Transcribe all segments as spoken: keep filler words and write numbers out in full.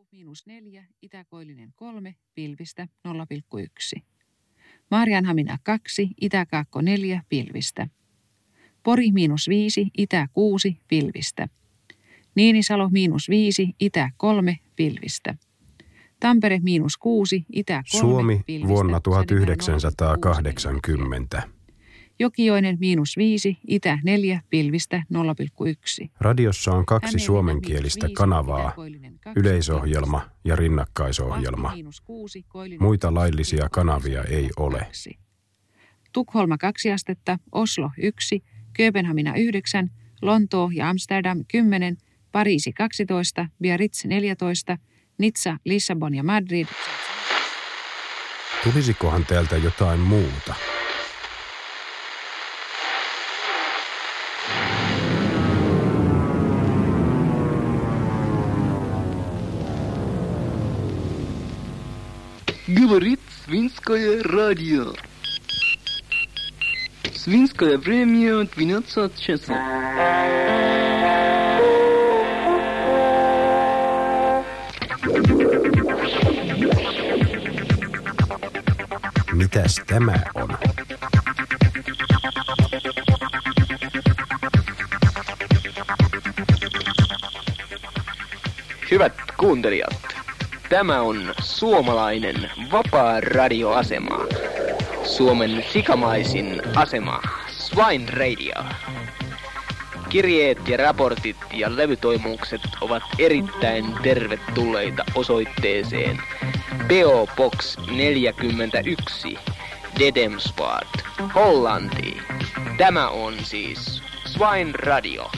miinus neljä, Itä-Koillinen kolme, pilvistä nolla pilkku yksi. Maarianhamina kaksi, Itä-Kaakko neljä, pilvistä. Pori miinus viisi, Itä kuusi, pilvistä. Niinisalo miinus viisi, Itä kolme, pilvistä. Tampere miinus kuusi, Itä kolme, Suomi pilvistä, vuonna tuhatyhdeksänsataakahdeksankymmentä. Jokioinen miinus viisi, Itä neljä, pilvistä nolla pilkku yksi. Radiossa on kaksi Hämeenlinna suomenkielistä miinus viisi, kanavaa, Itä-Koillinen kaksi, yleisohjelma pilvistä. ja rinnakkaisohjelma. Lahti miinus kuusi, Koillinen Muita kaksi, laillisia Itä kanavia ei ole. kaksi. Tukholma kaksi astetta, Oslo yksi, Kööpenhamina yhdeksän, Lontoo ja Amsterdam kymmenen, Pariisi kaksitoista, Biarritz neljätoista, Nizza, Lissabon ja Madrid. Tulisikohan täältä jotain muuta? Говорит Свинское радио. Свинское время двенадцать часов. Mitäs tämä on? Hyvät kuuntelijat, tämä on suomalainen vapaa radioasema. Suomen sikamaisin asema, Swine Radio. Kirjeet ja raportit ja levytoimukset ovat erittäin tervetulleita osoitteeseen P O Box neljäkymmentäyksi, Dedemsvaart, Hollanti. Tämä on siis Swine Radio.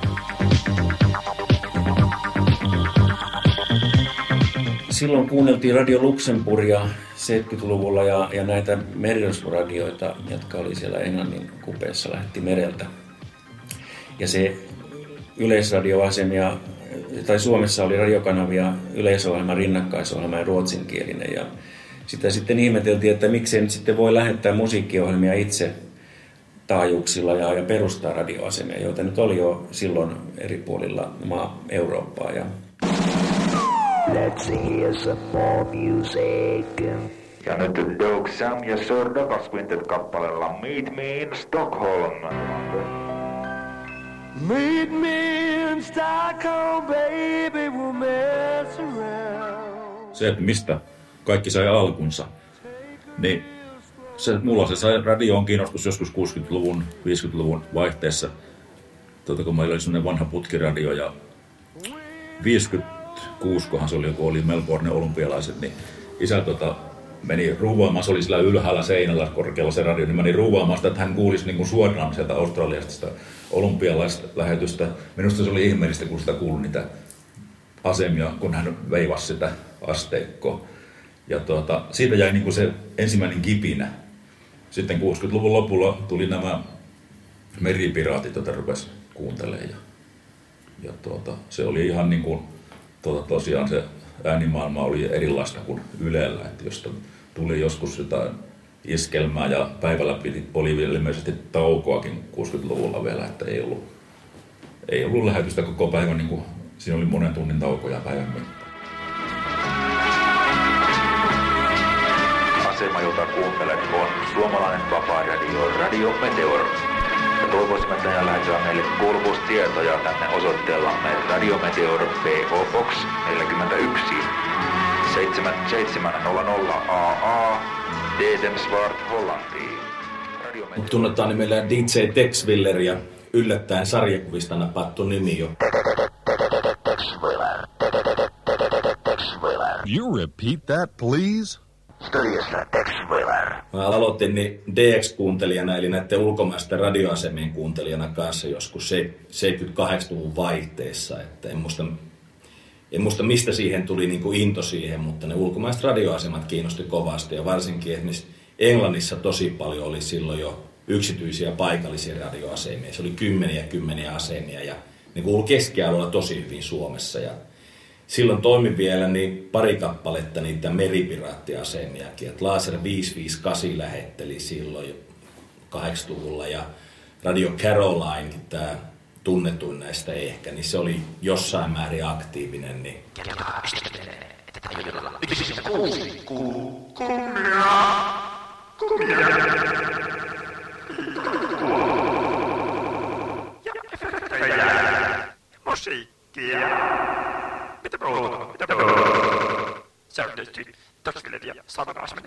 Silloin kuunneltiin Radio Luxemburgia seitsemänkymmentäluvulla ja, ja näitä merirosvoradioita, jotka oli siellä Englannin kupeessa, lähti mereltä. Ja se yleisradioasemia, tai Suomessa oli radiokanavia, yleisohjelma, rinnakkaisohjelma ja ruotsinkielinen. Ja sitä sitten ihmeteltiin, että miksei nyt sitten voi lähettää musiikkiohjelmia itse taajuuksilla ja, ja perustaa radioasemia, joita nyt oli jo silloin eri puolilla maa Eurooppaa. Ja let's hear some more music. Ja nyt Doug Sam ja Sir Douglas Quintet kappaleella Meet Me in Stockholm. Meet me in Stockholm, baby, we'll mess around. Se, että mistä kaikki sai alkunsa, niin se, mulla se sai radioon kiinnostus joskus kuusikymmentäluvun, viisikymmentäluvun vaihteessa, tuota, kun meillä oli sellainen vanha putkiradio ja viisikymmentäkuusi, kohan se oli, kun oli Melbourne olympialaiset, niin isä tota, meni ruuvaamaan, se oli sillä ylhäällä seinällä korkealla se radio, niin meni ruuvaamaan sitä, että hän kuulisi niin kuin suoraan sieltä Australiasta sitä olympialaista lähetystä. Minusta se oli ihmeellistä, kun sitä kuului niitä asemia, kun hän veivasi sitä asteikkoa. Ja tuota, siitä jäi niin kuin se ensimmäinen kipinä. Sitten kuusikymmentäluvun lopulla tuli nämä meripiraatit, joita rupesi kuuntelemaan. Ja, ja tuota, se oli ihan niin kuin, tuota, tosiaan se äänimaailma oli erilaista kuin Ylellä. Että jos tuli joskus jotain iskelmää ja päivällä piti, oli vielä ilmeisesti taukoakin kuusikymmentäluvulla vielä, että ei ollut, ei ollut lähetystä koko päivän, niin kuin, siinä oli monen tunnin taukoja päivän mittaan. Asema, jota kuuntelet, on suomalainen vapaa radio, Radio Meteor. Ja toivoisimme tänään lähettää meille kuuluvuustietoja tänne osoitteellamme Radio Meteor P O Box neljäkymmentäyksi seitsemän nolla nolla A A Dedemsvaart, Hollanti. Mut tunnetaan nimellä D J Texwiller ja yllättäen sarjakuvista napattu nimi jo. You repeat that, please? Studiossa Texwiller. Mä aloitin niin D X-kuuntelijana, eli näiden ulkomaisten radioasemien kuuntelijana kanssa joskus seitsemänkymmentäkahdeksanluvun vaihteessa. Että en muista, en muista mistä siihen tuli niin kuin into siihen, mutta ne ulkomaiset radioasemat kiinnosti kovasti. Ja varsinkin esimerkiksi Englannissa tosi paljon oli silloin jo yksityisiä paikallisia radioasemia. Se oli kymmeniä kymmeniä asemia ja ne kuului keskialueella tosi hyvin Suomessa. Ja silloin toimi vielä niin pari kappaletta niitä meripiraattiasemiakin. Et Laser viisisataaviisikymmentäkahdeksan lähetteli silloin kahdeksankymmentäluvulla ja Radio Caroline, tämä tunnetuin näistä ehkä, niin se oli jossain määrin aktiivinen. Niin kuusi kuuluu kumia. Kumia. Ja efektejä. Musiikkia. Mitä muuta? Mitä muuta? Säynnösti, toksvilet ja satanasmin.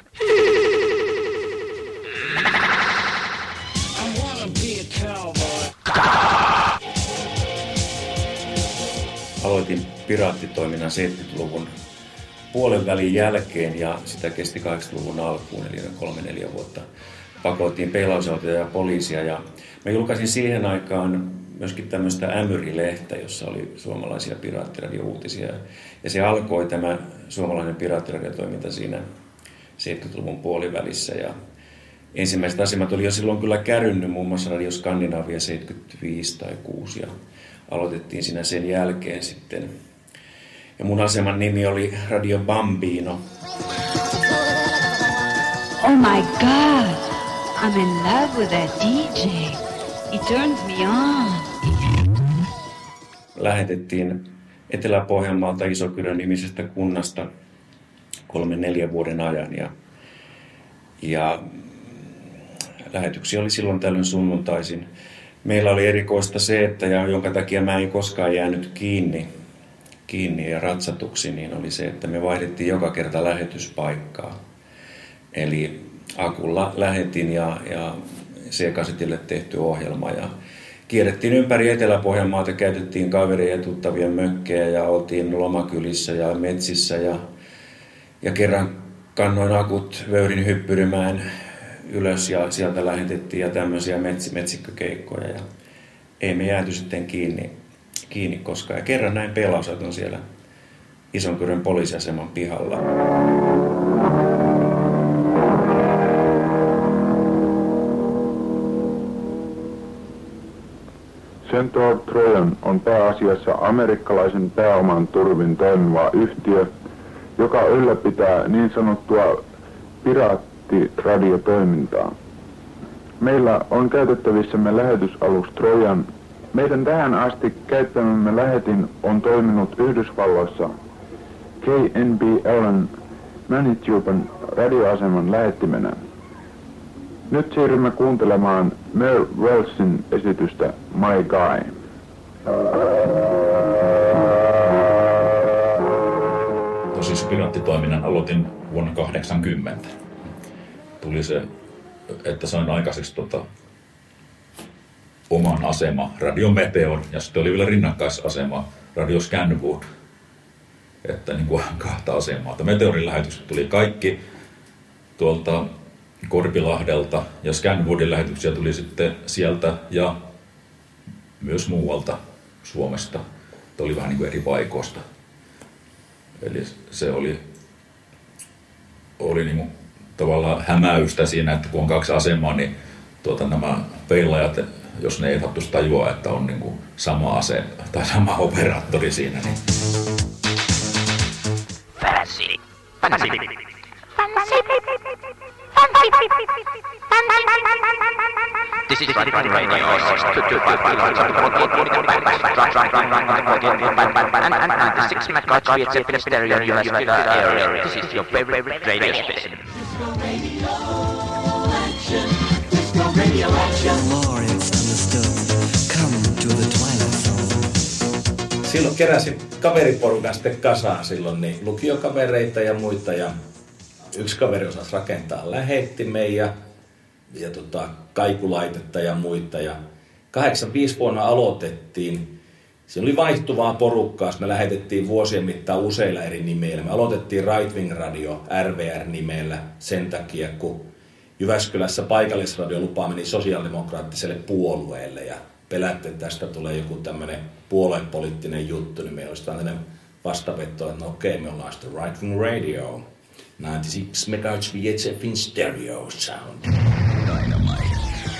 Aloitin piraattitoiminnan seitsemänkymmentäluvun puolen välin jälkeen ja sitä kesti kahdeksankymmentäluvun alkuun, eli kolme neljä vuotta. Pakoittiin peilausautoja ja poliisia ja mä julkaisin siihen aikaan myöskin tämmöistä Ämyri-lehteä, jossa oli suomalaisia piraattiradiouutisia. Ja se alkoi tämä suomalainen piraattiradiotoiminta siinä seitsemänkymmentäluvun puolivälissä. Ja ensimmäiset asemat oli jo silloin kyllä kärynnyt, muun muassa Radio Skandinavia seitsemänkymmentäviisi tai kuusi ja aloitettiin siinä sen jälkeen sitten. Ja mun aseman nimi oli Radio Bambino. Oh my God, I'm in love with that D J. He turns me on. Lähetettiin Etelä-Pohjanmaalta Isokyrön nimisestä kunnasta kolmen neljän vuoden ajan. Ja, ja lähetyksiä oli silloin tällöin sunnuntaisin. Meillä oli erikoista se, että ja jonka takia mä en koskaan jäänyt kiinni, kiinni ja ratsatuksi, niin oli se, että me vaihdettiin joka kerta lähetyspaikkaa. Eli akulla lähetin ja, ja C-kasetille tehty ohjelma ja kierrettiin ympäri Etelä-Pohjanmaata, käytettiin kaverien ja tuttavien mökkejä ja oltiin lomakylissä ja metsissä ja, ja kerran kannoin akut Vöyrin Hyppyrimään ylös ja sieltä lähetettiin ja tämmöisiä mets, metsikkökeikkoja ja ei me jääty sitten kiinni, kiinni koskaan. Ja kerran näin pelausauton siellä Isonkyrön poliisiaseman pihalla. Central Trojan on pääasiassa amerikkalaisen pääoman turvin toimiva yhtiö, joka ylläpitää niin sanottua piraattiradiotoimintaa. Meillä on käytettävissämme lähetysalus Trojan. Meidän tähän asti käyttämämme lähetin on toiminut Yhdysvalloissa K N B L:n Manitoban radioaseman lähettimenä. Nyt siirrymme kuuntelemaan Merv Wellsin esitystä My Guy. Tosissaan piraattitoiminnan aloitin vuonna kahdeksankymmentä. Tuli se, että sain aikaiseksi tota, oman asema Radio Meteor ja sitten oli vielä rinnakkaisasema Radio Scanwood. Että niin kuin kahta asemaa. Meteorin lähetykset tuli kaikki tuolta Korpilahdelta ja Scanwoodin lähetyksiä tuli sitten sieltä ja myös muualta Suomesta. Tämä oli vähän niin kuin eri paikoista. Eli se oli, oli niin kuin tavallaan hämäystä siinä, että kun on kaksi asemaa, niin tuota, nämä peilajat, jos ne ei sattuisi tajua, että on niin kuin sama ase tai sama operaattori siinä. Niin. Fancy. Fancy. This is Radio Radio. ninety-six megahertz V H F stereo area. This is your favorite radio station. Disco radio action. More it's understood. Come to the twilight zone. Silloin keräsin kaveriporukan sitten kasaan silloin niin lukiokavereita ja muita ja yksi kaveri osasi rakentaa lähettimen ja, ja tota, kaikulaitetta ja muita. Ja kahdeksankymmentäviisi vuonna aloitettiin. Siinä oli vaihtuvaa porukkaa. Me lähetettiin vuosien mittaan useilla eri nimillä. Me aloitettiin Right Wing Radio R V R-nimellä sen takia, kun Jyväskylässä paikallisradiolupa meni sosiaalidemokraattiselle puolueelle. Ja pelättiin, että tästä tulee joku tämmöinen puoluepoliittinen juttu. Niin me olisi tämmöinen vastavetto, että no okei, me ollaan sitten Right Wing Radio. ninety-six megahertz V H F in stereo sound. Dynamite.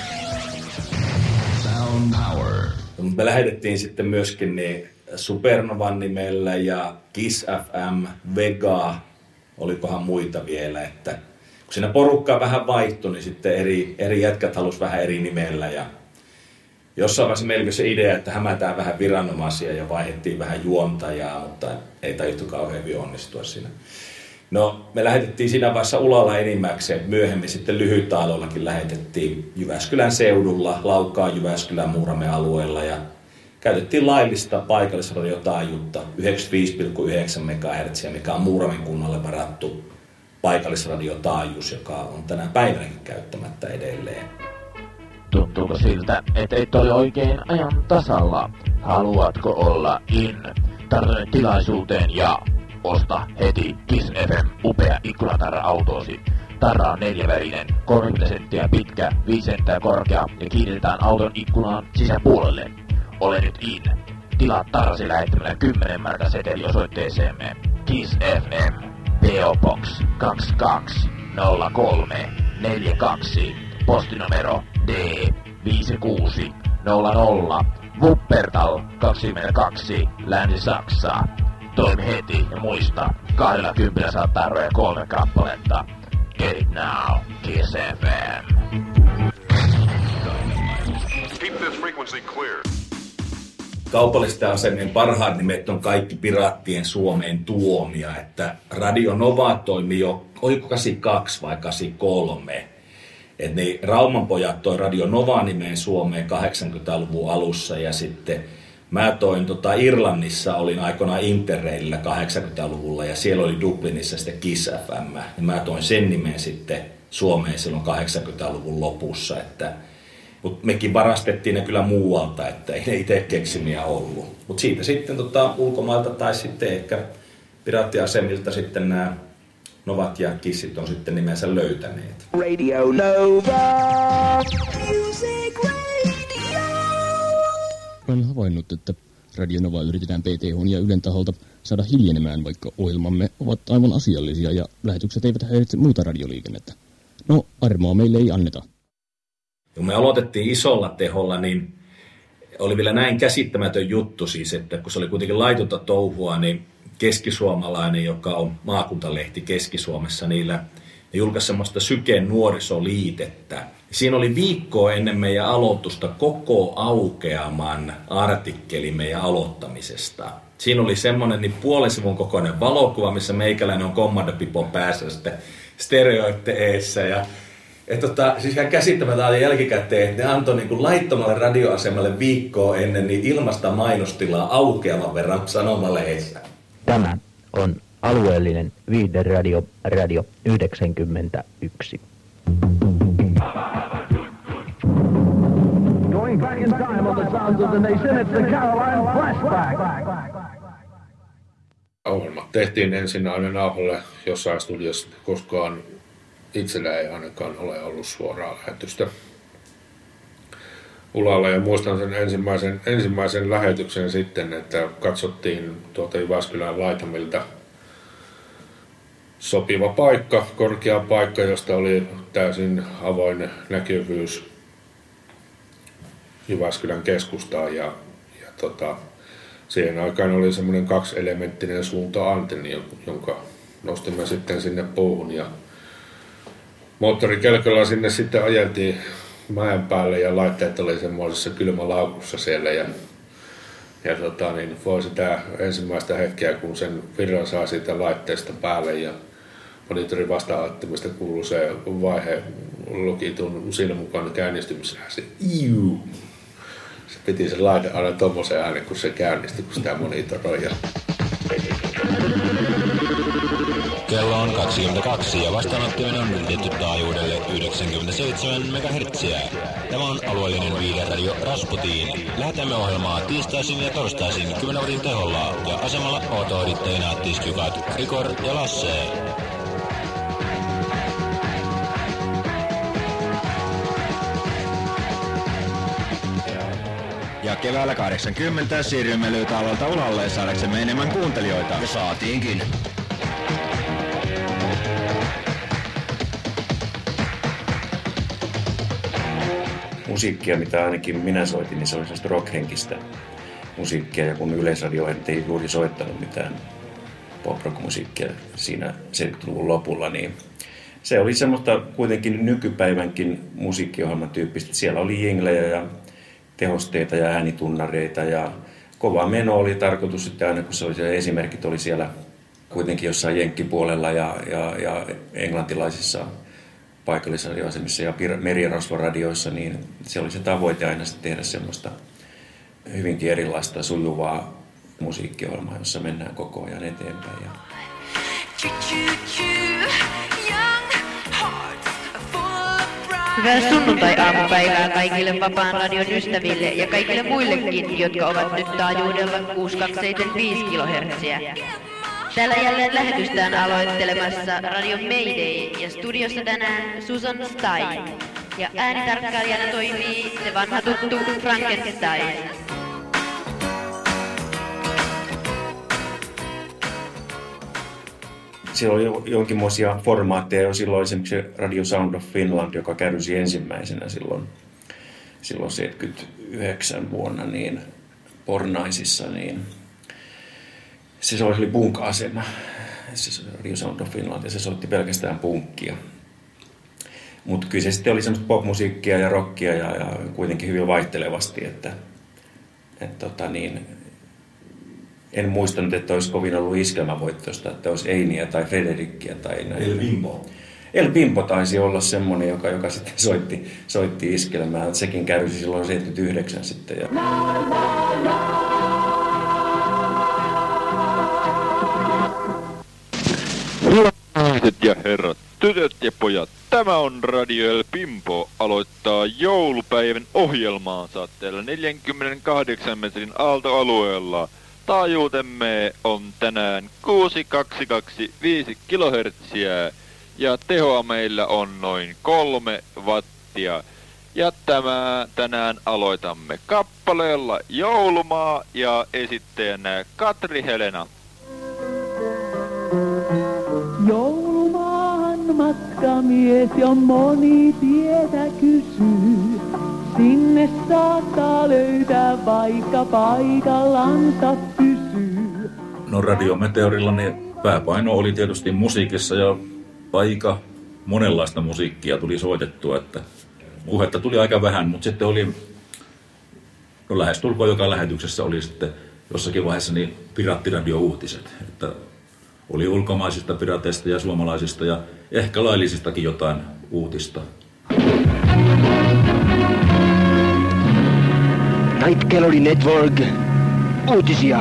Sound power. Me lähetettiin sitten myöskin niin Supernovan nimellä ja Kiss F M, Vega, olikohan muita vielä, että kun siinä porukkaa vähän vaihtui, niin sitten eri, eri jätkät halusi vähän eri nimellä ja jossain vaiheessa meillä oli se idea, että hämätään vähän viranomaisia ja vaihdettiin vähän juontajaa, mutta ei tajuttu kauhean hyvin onnistua siinä. No, me lähetettiin siinä vaiheessa Ulalla enimmäkseen. Myöhemmin sitten lyhytaaloillakin lähetettiin Jyväskylän seudulla, Laukaan, Jyväskylän, Muuramen alueella. Ja käytettiin laillista paikallisradiotaajuutta yhdeksänkymmentäviisi pilkku yhdeksän megahertsiä, mikä on Muuramen kunnalle varattu paikallisradiotaajuus, joka on tänä päivänäkin käyttämättä edelleen. Tuntuuko siltä, että et ole oikein ajan tasalla? Haluatko olla in? Tartune tilaisuuteen ja osta heti Kiss F M upea ikkunatarra-autoosi. Tarra on neljävärinen, kolmekymmentä senttiä pitkä, viisi senttiä korkea ja kiinnitetään auton ikkunaan sisäpuolelle. Ole nyt in. Tilaa tarrasi lähettämällä kymmenen markan seteli osoitteeseemme Kiss F M, P O Box kaksi kaksi nolla kolme neljä kaksi, postinumero D viisi kuusi nolla nolla, Wuppertal kaksikymmentäkaksi, Länsi-Saksa. Toimi heti ja muista, kaksikymmentä saat tarroja kolme kappaletta. Get it now, Kiss F M. Keep this frequency clear. Kaupallisten asemien parhaat nimet on kaikki piraattien Suomeen tuomia, että Radio Nova toimi jo, oliko kahdeksankymmentäkaksi vai kahdeksankymmentäkolme. Et niin Rauman pojat toi Radio Nova-nimeen Suomeen kahdeksankymmentäluvun alussa ja sitten mä toin tota Irlannissa, olin aikoinaan Interrailillä kahdeksankymmentäluvulla ja siellä oli Dublinissa sitten Kiss F M. Ja mä toin sen nimen sitten Suomeen silloin kahdeksankymmentäluvun lopussa, että mutta mekin varastettiin ne kyllä muualta, että ei ne itse keksimiä ollut. Mutta siitä sitten tota, ulkomailta tai sitten ehkä piraattiasemilta sitten nämä Novat ja Kissit on sitten nimensä löytäneet. Radio Nova. Music Radio. Olen havainnut, että Radio Nova yritetään P T H:n ja Ylen taholta saada hiljenemään, vaikka ohjelmamme ovat aivan asiallisia ja lähetykset eivät häiritse muuta radioliikennettä. No, armoa meille ei anneta. Kun me aloitettiin isolla teholla, niin oli vielä näin käsittämätön juttu siis, että kun se oli kuitenkin laitonta touhua, niin Keskisuomalainen, joka on maakuntalehti Keski-Suomessa, niillä ne julkaisi semmoista Syken nuorisoliitettä. Siinä oli viikkoa ennen meidän aloitusta koko aukeaman artikkeli meidän aloittamisesta. Siinä oli semmoinen niin puolen sivun kokoinen valokuva, missä meikäläinen on kommandopipon päässä sitten stereoitte eessä ja että tota, siis ihan käsittämätön jälkikäteen, että ne antoi niin kuin laittomalle radioasemalle viikkoa ennen niin ilmasta mainostilaa aukeaman verran sanomalehdessä. Tämä on alueellinen viihderadio, radio yhdeksänkymmentäyksi. Going back in time on the sounds of the nation, it's the Caroline Flashback. Ohjelmat tehtiin ensin aina nauhalle jossain studiossa, koskaan itsellä ei ainakaan ole ollut suoraa lähetystä Ulalla. Ja muistan sen ensimmäisen, ensimmäisen lähetyksen sitten, että katsottiin tuolta Jyväskylän laitamilta sopiva paikka, korkea paikka, josta oli täysin avoin näkyvyys Jyväskylän keskustaan. Ja, ja tota, siihen aikaan oli semmoinen kaksielementtinen suunta-antenni, jonka nostimme sitten sinne puuhun. Ja moottorikelkalla sinne sitten ajeltiin mäen päälle ja laitteet oli semmoisessa kylmälaukussa siellä. Ja, ja tota, niin voi sitä ensimmäistä hetkeä, kun sen virran saa siitä laitteesta päälle ja monitorin vastaanottimista kuuluu se vaihe lukitun silmukan käynnistymisääsi. Iu! Se piti sen laite aina tommosen äänen, kun se käynnistyi, kun sitä monitoroi. Kello on kaksikymmentäkaksi ja vastaanottimen on ylitetty taajuudelle yhdeksänkymmentäseitsemän megahertsiä. Tämä on alueellinen viihderadio Rasputin. Lähetämme ohjelmaa tiistaisin ja torstaisin kymmenen watin teholla ja asemalla autooditteina tiskjukat Rikor ja Lasse. Ja keväällä kahdeksankymmentä siirrymme Lyytaalalta Ulalle saadaksemme enemmän kuuntelijoita. Ja saatiinkin. Musiikkia, mitä ainakin minä soitin, niin se oli sellaista rockhenkistä musiikkia. Ja kun Yleisradio ei juuri soittanut mitään pop-rock-musiikkia siinä seitsemänkymmentäluvun lopulla, niin se oli semmoista kuitenkin nykypäivänkin musiikkiohjelman tyyppistä. Siellä oli jinglejä ja tehosteita ja äänitunnareita ja kova meno oli tarkoitus, että aina kun se oli siellä, esimerkit oli siellä kuitenkin jossain jenkkipuolella ja, ja, ja englantilaisissa paikallisradioasemissa ja merirosvoradioissa, niin se oli se tavoite aina tehdä semmoista hyvinkin erilaista sujuvaa musiikkiohjelmaa, jossa mennään koko ajan eteenpäin. Ja hyvää sunnuntai-aamupäivää kaikille Vapaan radion ystäville ja kaikille muillekin, jotka ovat nyt taajuudella kuusi kaksi seitsemän viisi kilohertsiä. Täällä jälleen lähetystään aloittelemassa Radio Mayday ja studiossa tänään Susan Stein. Ja äänitarkkailijana toimii se vanha tuttu Frankenstein. Siellä oli jonkinlaisia formaatteja jo silloin, esimerkiksi Radio Sound of Finland, joka kärsi ensimmäisenä silloin, silloin seitsemänkymmentäyhdeksän vuonna niin Pornaisissa, niin se oli punk-asema, se Radio Sound of Finland, ja se soitti pelkästään punkkia. Mutta kyllä se sitten oli semmoista popmusiikkia ja rockia ja, ja kuitenkin hyvin vaihtelevasti, että et tota niin, en muistanut, että olisi kovin ollut iskelmävoittoista, että olisi Einiä tai Frederikkiä tai näin. El Bimbo. El Bimbo taisi olla semmoinen, joka, joka sitten soitti, soitti iskelmää. Sekin kärsi silloin seitsemänkymmentäyhdeksän sitten. Ja naiset ja herrat, tytöt ja pojat, tämä on Radio El Bimbo aloittaa joulupäivän ohjelmaansa täällä neljänkymmenenkahdeksan metrin aaltoalueella. Taajuutemme on tänään kuusi kaksi kaksi viisi kilohertsiä ja tehoa meillä on noin kolme wattia. Ja tämä tänään aloitamme kappaleella Joulumaa ja esittäjänä Katri Helena. Joulumaahan matkamies jo moni tietä kysyy. Sinne saattaa löytää vaikka paikallansa pysyy. No Radio Meteorilla niin pääpaino oli tietysti musiikissa ja aika monenlaista musiikkia tuli soitettua, että puhetta tuli aika vähän, mutta sitten oli, no lähestulkoon joka lähetyksessä oli sitten jossakin vaiheessa niin pirattiradio-uutiset, että oli ulkomaisista pirateista ja suomalaisista ja ehkä laillisistakin jotain uutista. Night Gallery Network, uutisia.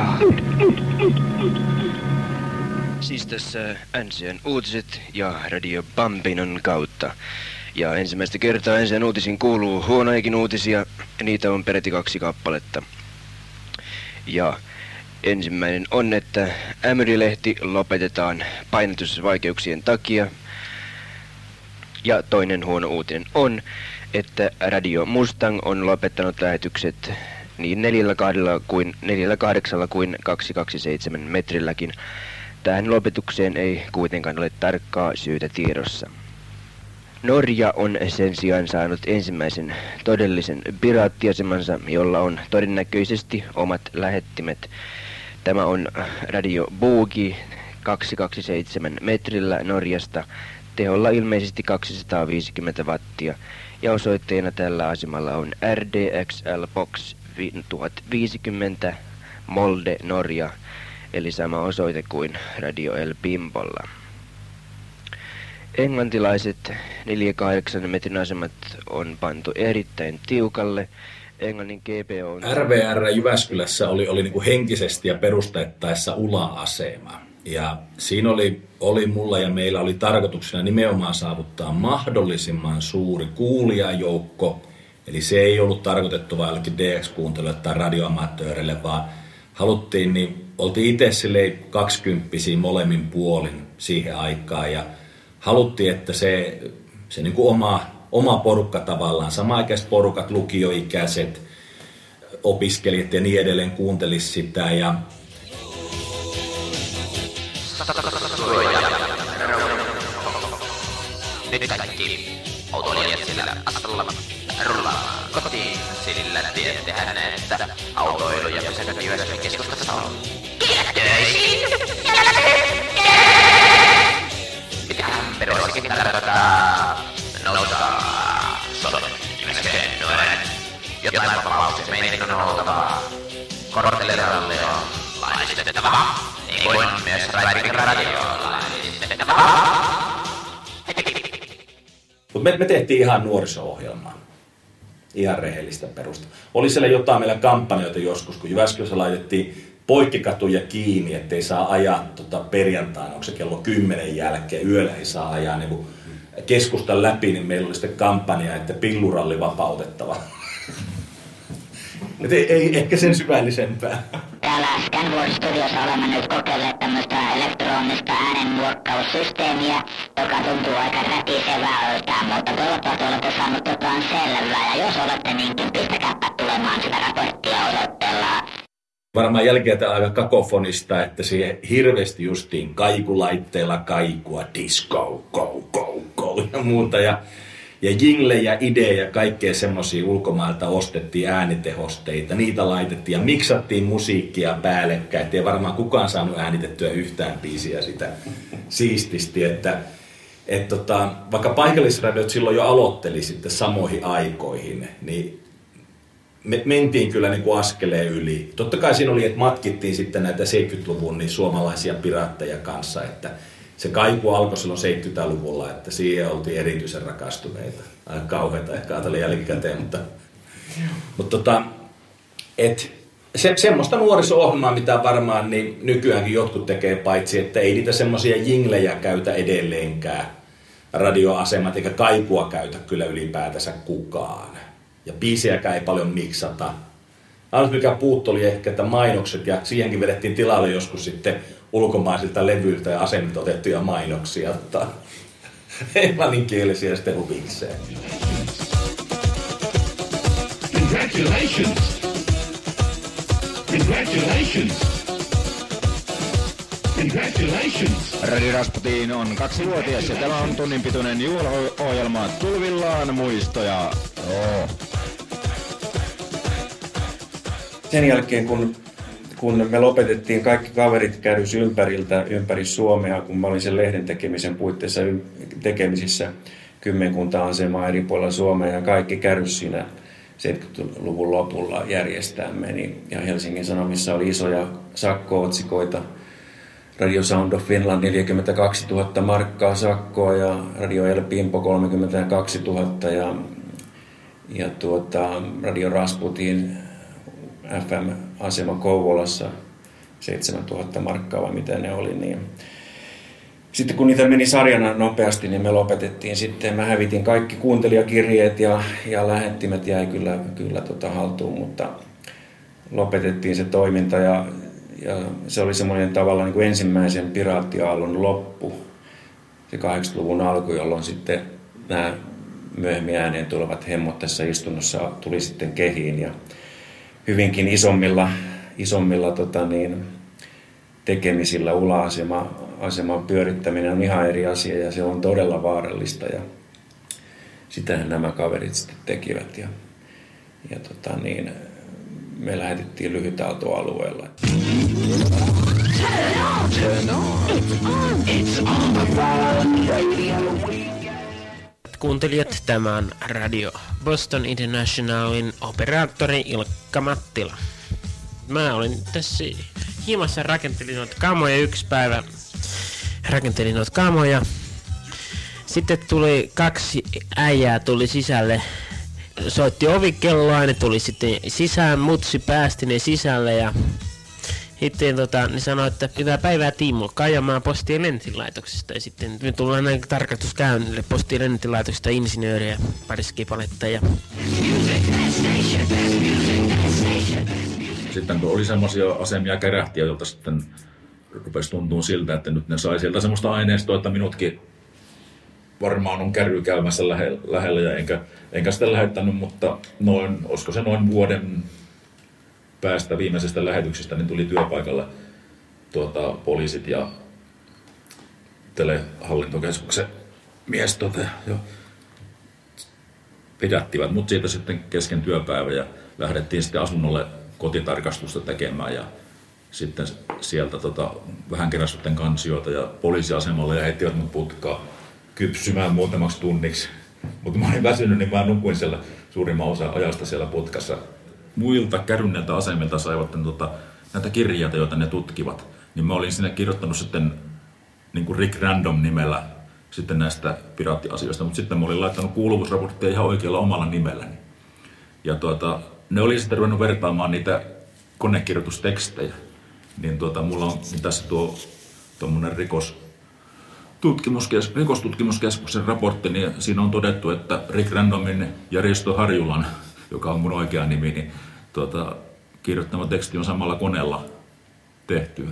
Siis tässä N C N uutiset ja Radio Bambinon kautta. Ja ensimmäistä kertaa N C N uutisiin kuuluu huonojakin uutisia, niitä on peräti kaksi kappaletta. Ja ensimmäinen on, että Ämyrilehti lopetetaan painotusvaikeuksien takia. Ja toinen huono uutinen on, että Radio Mustang on lopettanut lähetykset niin neljällä kahdella kuin neljällä kahdeksalla kuin kaksi kaksi seitsemän metrilläkin. Tähän lopetukseen ei kuitenkaan ole tarkkaa syytä tiedossa. Norja on sen sijaan saanut ensimmäisen todellisen piraattiasemansa, jolla on todennäköisesti omat lähettimet. Tämä on Radio Boogie kaksi kaksi seitsemän metrillä Norjasta, teholla ilmeisesti kaksisataaviisikymmentä wattia, ja osoitteena tällä asemalla on R D X L Box tuhat viisikymmentä Molde, Norja, eli sama osoite kuin Radio El Bimbolla. Englantilaiset neljä kahdeksan metrin asemat on pantu erittäin tiukalle. Englannin G P O on... R V R Jyväskylässä oli, oli niin kuin henkisesti ja perustettaessa ula-asema. Ja siinä oli, oli mulla ja meillä oli tarkoituksena nimenomaan saavuttaa mahdollisimman suuri kuulijajoukko. Eli se ei ollut tarkoitettu vain jollekin D X-kuuntelijoille tai radioamatööreille, vaan haluttiin, niin oltiin itse silleen kaksikymppisiä molemmin puolin siihen aikaan. Ja haluttiin, että se, se niin kuin oma, oma porukka tavallaan, samaikäiset porukat, lukioikäiset, opiskelijat ja niin edelleen kuuntelisi sitä. Ja nyt kaikki autoilijat sillä asteella rullaamaan kotiin, sillä tiedättehän, että autoilu ja pysäköinti Jyväskylän keskustassa on kiellettyisiin. Mitähän perussakin tarkoittaa nousaa Suomen Jyväskylän nuoren. Jotain vapauksia meidän on oltava. Kortteleralle on laillistettava. niin kuin myös radiolla. Mutta me, me tehtiin ihan nuoriso-ohjelmaa. Ihan rehellistä perusta. Oli siellä jotain meillä kampanjoita joskus, kun Jyväskylässä laitettiin poikkikatuja kiinni, ettei saa ajaa tota, perjantaina, onko se kello kymmenen jälkeen, yöllä ei saa ajaa niin kuin keskustan läpi, niin meillä oli sitten kampanja, että pilluralli vapautettava. ei, ei ehkä sen syvällisempää. Täällä Scanward Studiossa olemme nyt kokeilleet tämmöistä elektronista äänenmuokkaussysteemiä, joka tuntuu aika rätisevältä, mutta toivottavasti olette saaneet jotain selvää. Ja jos olette, niin pistäkääpä tulemaan sitä raporttia odottellaan. Varmaan jälkeen aika kakofonista, että siihen hirveästi justiin kaikulaitteilla kaikua, disco, go, go, go ja muuta. Ja, ja jinglejä, idejä, kaikkea semmosia ulkomailta ostettiin äänitehosteita, niitä laitettiin ja miksattiin musiikkia päällekkäin. Ettei varmaan kukaan saanut äänitettyä yhtään biisiä sitä siististi, että et tota, vaikka paikallisradiot silloin jo aloitteli sitten samoihin aikoihin, niin me mentiin kyllä niin kuin askeleen yli. Totta kai siinä oli, että matkittiin sitten näitä seitsemänkymmentäluvun niin suomalaisia piraatteja kanssa, että se kaiku alkoi silloin seitsemänkymmentäluvulla, että siihen oltiin erityisen rakastuneita. Aika kauheita ehkä ajatella jälkikäteen, mutta, mutta tota, et, se, semmoista nuoriso-ohjelmaa, mitä varmaan niin nykyäänkin jotkut tekee, paitsi että ei niitä semmoisia jinglejä käytä edelleenkään radioasemat, eikä kaikua käytä kyllä ylipäätänsä kukaan. Ja biisejäkään ei paljon miksata. Ainut mikä puuttu oli ehkä, että mainokset, ja siihenkin vedettiin tilalle joskus sitten ulkomaisilta levyiltä ja asemilta otettuja mainoksia. Englanninkielisiä sitten huvikseen. Congratulations! Congratulations! Congratulations! Radio Rasputin on kaksivuotias ja tämä on tunnin pituinen juhlaohjelma Tulvillaan muistoja. Joo. Sen jälkeen, kun, kun me lopetettiin kaikki kaverit käydys ympäriltä, ympäri Suomea, kun mä olin sen lehden tekemisen puitteissa tekemisissä kymmenkunta asemaa eri puolilla Suomea ja kaikki kärrys siinä seitsemänkymmentäluvun lopulla järjestää meni. Ja Helsingin Sanomissa oli isoja sakko-otsikoita. Radio Sound of Finland neljäkymmentäkaksituhatta markkaa sakkoa ja Radio El Pimpo kolmekymmentäkaksituhatta ja, ja tuota, Radio Rasputin F M-asema Kouvolassa seitsemäntuhatta markkaa vai mitä ne oli. Niin. Sitten kun niitä meni sarjana nopeasti, niin me lopetettiin sitten. Mä hävitin kaikki kuuntelijakirjeet ja, ja lähettimet jäi kyllä, kyllä tota haltuun, mutta lopetettiin se toiminta ja, ja se oli semmoinen tavallaan niin kuin ensimmäisen piraattiaallon loppu, se kahdeksankymmentäluvun alku, jolloin sitten nämä myöhemmin ääneen tulevat hemmot tässä istunnossa tuli sitten kehiin ja hyvinkin isommilla, isommilla tota niin, tekemisillä ula-asema, aseman pyörittäminen on ihan eri asia ja se on todella vaarallista ja sitähän nämä kaverit sitten tekivät ja, ja tota niin, me lähetettiin lyhytautoalueella. Kuuntelijat, tämä on Radio Boston Internationalin operaattori Ilkka Mattila. Mä olin tässä himassa, rakentelin noita kamoja yksi päivä. Rakentelin noita kamoja. Sitten tuli kaksi äijää tuli sisälle. Soitti ovikelloa, ne tuli sitten sisään, mutsi päästi ne sisälle ja sitten tota, ne sanoi, että hyvää päivää Tiimo, Kaijamaa Posti- ja Lennätinlaitoksesta. Ja sitten me tullaan näin tarkastuskäynnille Posti- ja Lennätinlaitoksesta insinööriä, pariskipaletta ja... Sitten kun oli semmoisia asemia kärähtiä, joilta sitten rupesi tuntua siltä, että nyt ne sai sieltä semmoista aineistoa, että minutkin varmaan on kärry käymässä lähellä ja enkä, enkä sitä lähettänyt, mutta noin, olisiko se noin vuoden päästä viimeisestä lähetyksestä, niin tuli työpaikalle tuota, poliisit ja telehallintokeskuksen mies tuota, jo pidättivät mut siitä sitten kesken työpäivä ja lähdettiin sitten asunnolle kotitarkastusta tekemään ja sitten sieltä tota, vähän keräsivät kansioita ja poliisiasemalle ja heittivät mut putkaan kypsymään muutamaksi tunniksi. Mutta mä olin väsynyt, niin mä nukuin siellä suurimman osa ajasta siellä putkassa. Muilta kärynneiltä asemilta saivat tota, näitä kirjeitä, joita ne tutkivat. niin mä olin sinne kirjoittanut sitten niin kuin Rick Random nimellä sitten näistä piraattiasioista, mutta sitten mä olin laittanut kuuluvuusraporttia ihan oikealla omalla nimelläni. Ja tuota, ne oli sitten ruvennut vertaamaan niitä konekirjoitustekstejä. Niin tuota, mulla on tässä tuo tuommoinen rikos, tutkimuskes, rikostutkimuskeskuksen raportti, niin siinä on todettu, että Rick Randomin ja Risto Harjulan, joka on mun oikea nimi, niin tuota, kirjoittama teksti on samalla koneella tehtyä.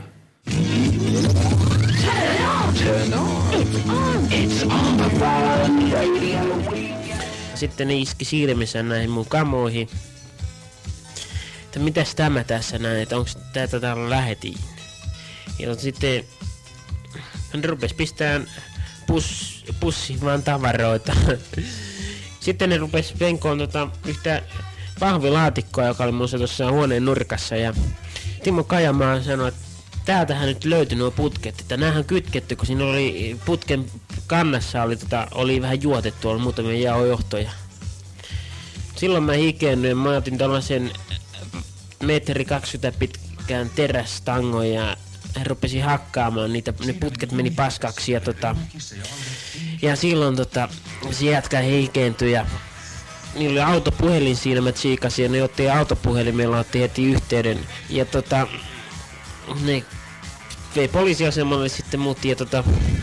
Sitten ne iski silmissä näihin mun kamoihin. Että mitäs tämä tässä näin, että onko tätä täällä lähetin. Ja sitten hän rupesi pistämään pus, pussiin vaan tavaroita. Sitten ne rupesi venkoon tota yhtä pahvilaatikkoa, joka oli mun tuossa huoneen nurkassa. Ja Timo Kajamaa sanoi, että täältähän nyt löytyi nuo putket, että näähän kytketty, kun siinä oli putken kannassa oli, tota, oli vähän juotettu, oli muutamia jaojohtoja. Silloin mä hikennyin, mä otin tällaisen metri kaksikymmentä pitkään terästangon ja rupesin hakkaamaan niitä, ne putket meni paskaksi ja tota, ja silloin tota, se jätkä heikentyi ja niillä oli autopuhelin siinä, mä tsiikasin ja ne otti autopuhelimella, otti heti yhteyden ja tota, ne vei poliisiasemalle sitten muutti ja tota...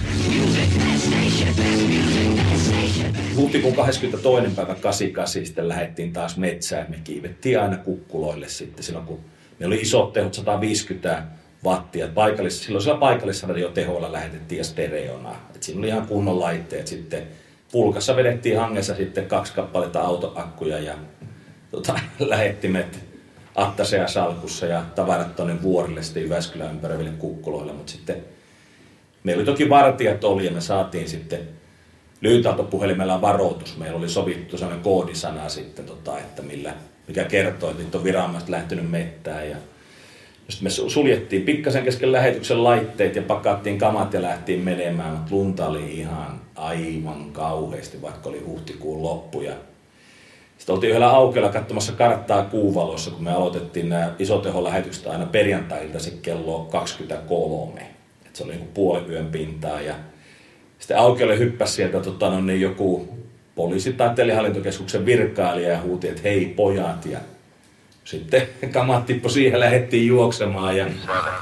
Huhtikuun kahdeskymmenestoinen päivä kahdeksankymmentäkahdeksan sitten lähdettiin taas metsään. Me kiivettiin aina kukkuloille sitten silloin, kun ne oli isot tehot, sata viisikymmentä wattia. Paikallis, silloin sillä paikallisradiotehoilla lähetettiin ja stereona. Et siinä oli ihan kunnon laitteet. Sitten pulkassa vedettiin hangessa sitten kaksi kappaletta autoakkuja ja tota, lähettimet attasea salkussa ja tavarat tuonne vuorille sitten Jyväskylän ympäröiville kukkuloille. Mutta sitten meillä oli toki vartijat oli ja me saatiin sitten lyhytautopuhelimella varoitus. Meillä oli sovittu sellainen koodisana sitten, tota, että millä, mikä kertoo, että nyt on viranomaiset lähtenyt mettään. Ja sitten me suljettiin pikkasen kesken lähetyksen laitteet ja pakattiin kamat ja lähtiin menemään, mutta lunta oli ihan aivan kauheasti, vaikka oli huhtikuun loppu. Ja sitten oltiin yhdellä aukealla katsomassa karttaa kuuvalossa, kun me aloitettiin nämä isoteholähetykset aina perjantai-iltaisin kello kaksikymmentäkolme. Et se oli niin puolen yön pintaa ja sitten aukealle hyppäsi sieltä tota, no, niin joku poliisi- tai telehallintokeskuksen virkailija ja huuti, että hei pojat. Ja sitten kamat tippo siihen, lähdettiin juoksemaan. Ja...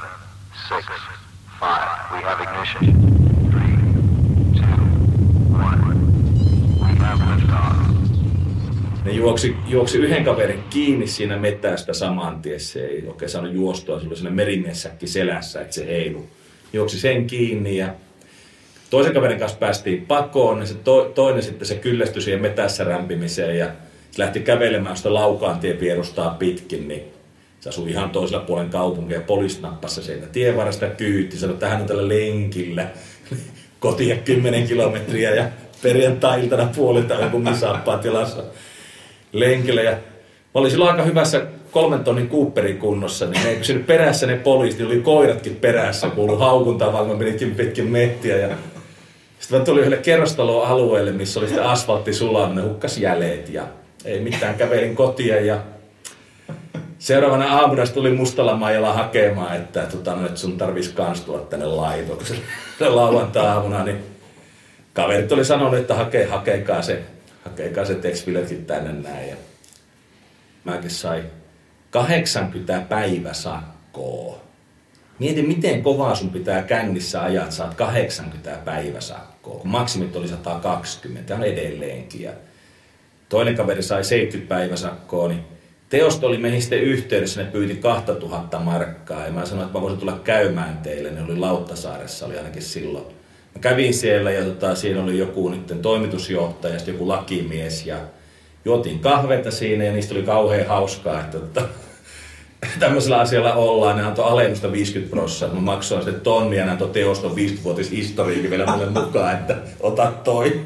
Ne juoksi, juoksi yhden kaverin kiinni siinä metästä saman tien. Se ei oikein saanut juostua, se oli sellainen merimiessäkki selässä, että se heilu. Juoksi sen kiinni ja toisen kaverin kanssa päästiin pakoon, niin se to, toinen sitten se kyllästyi siihen metässä rämpimiseen ja se lähti kävelemään sitä Laukaantien vierustaa pitkin, niin se asui ihan toisella puolen kaupunkia ja poliisi nappasi sieltä tienvarasta kyyti, sanoi, että hän on tällä lenkillä kotia kymmenen kilometriä ja perjantai-iltana puolilta joku misaappaa tilassa lenkillä. Ja mä olin silloin aika hyvässä kolmen tonnin Cooperin kunnossa, niin ne kysynyt perässä ne poliisit, niin oli koiratkin perässä, kuului haukuntaa, vaan mä meninkin pitkin mettiä. Ja sitten mä tulin yhdelle kerrostaloalueelle, missä oli sitten asfaltti sulannut, ne hukkas jäljet ja ei mitään, kävelin kotia ja seuraavana aamuna tuli Mustalla Maijalla hakemaan, että, tota, no, että sun tarvitsisi kans tulla tänne laitokselle lauantai-aamuna, niin kaverit oli sanonut, että hake, hakekaa se, hakekaa se tekstiletkin tänne näin. Ja mäkin sain kahdeksankymmentä päiväsakkoa. Mieti, miten kovaa sun pitää kännissä ajaa, että saat kahdeksankymmentä päiväsakkoa, kun maksimit oli sata kaksikymmentä, on edelleenkin. Ja toinen kaveri sai seitsemänkymmentä päiväsakkoa, niin teosto oli meihin sitten yhteydessä, ne pyyti kaksituhatta markkaa. Ja mä sanoin, että mä voisin tulla käymään teille, ne oli Lauttasaaressa, oli ainakin silloin. Mä kävin siellä ja tota, siinä oli joku nyt toimitusjohtaja ja joku lakimies ja juotiin kahveta siinä ja niistä oli kauhean hauskaa, että tota, tämmöisellä asialla ollaan. Ne antoi alennusta viisikymmentä prosenttia. Mä maksoin sitten tonnia ja ne antoi teoston viisikymmenvuotis historiikin vielä mulle mukaan, että ota toi.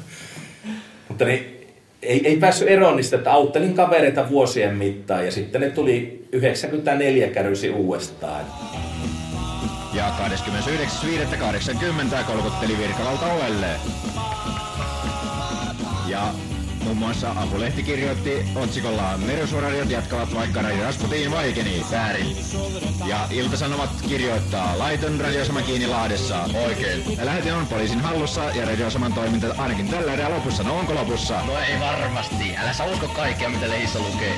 Mutta niin, ei, ei päässyt eroon niistä, että auttelin kavereita vuosien mittaan ja sitten ne tuli yhdeksänkymmentäneljä kärysi uudestaan. Ja kahdeskymmenesyhdeksäs viidettä kahdeksankymmentä kolkutteli Virkalalta ovelle. Ja Muun muassa Apulehti kirjoitti otsikolla Merensuoradiot jatkavat vaikka Radio Rasputin vaikeni väärin. Ja Ilta-Sanomat kirjoittaa laiton radioasema kiinni Lahdessa oikein. Lähetin on poliisin hallussa ja radioaseman toiminta ainakin tällä erää lopussa. No onko lopussa? No ei varmasti. Älä sä usko kaikkea mitä lehdissä lukee.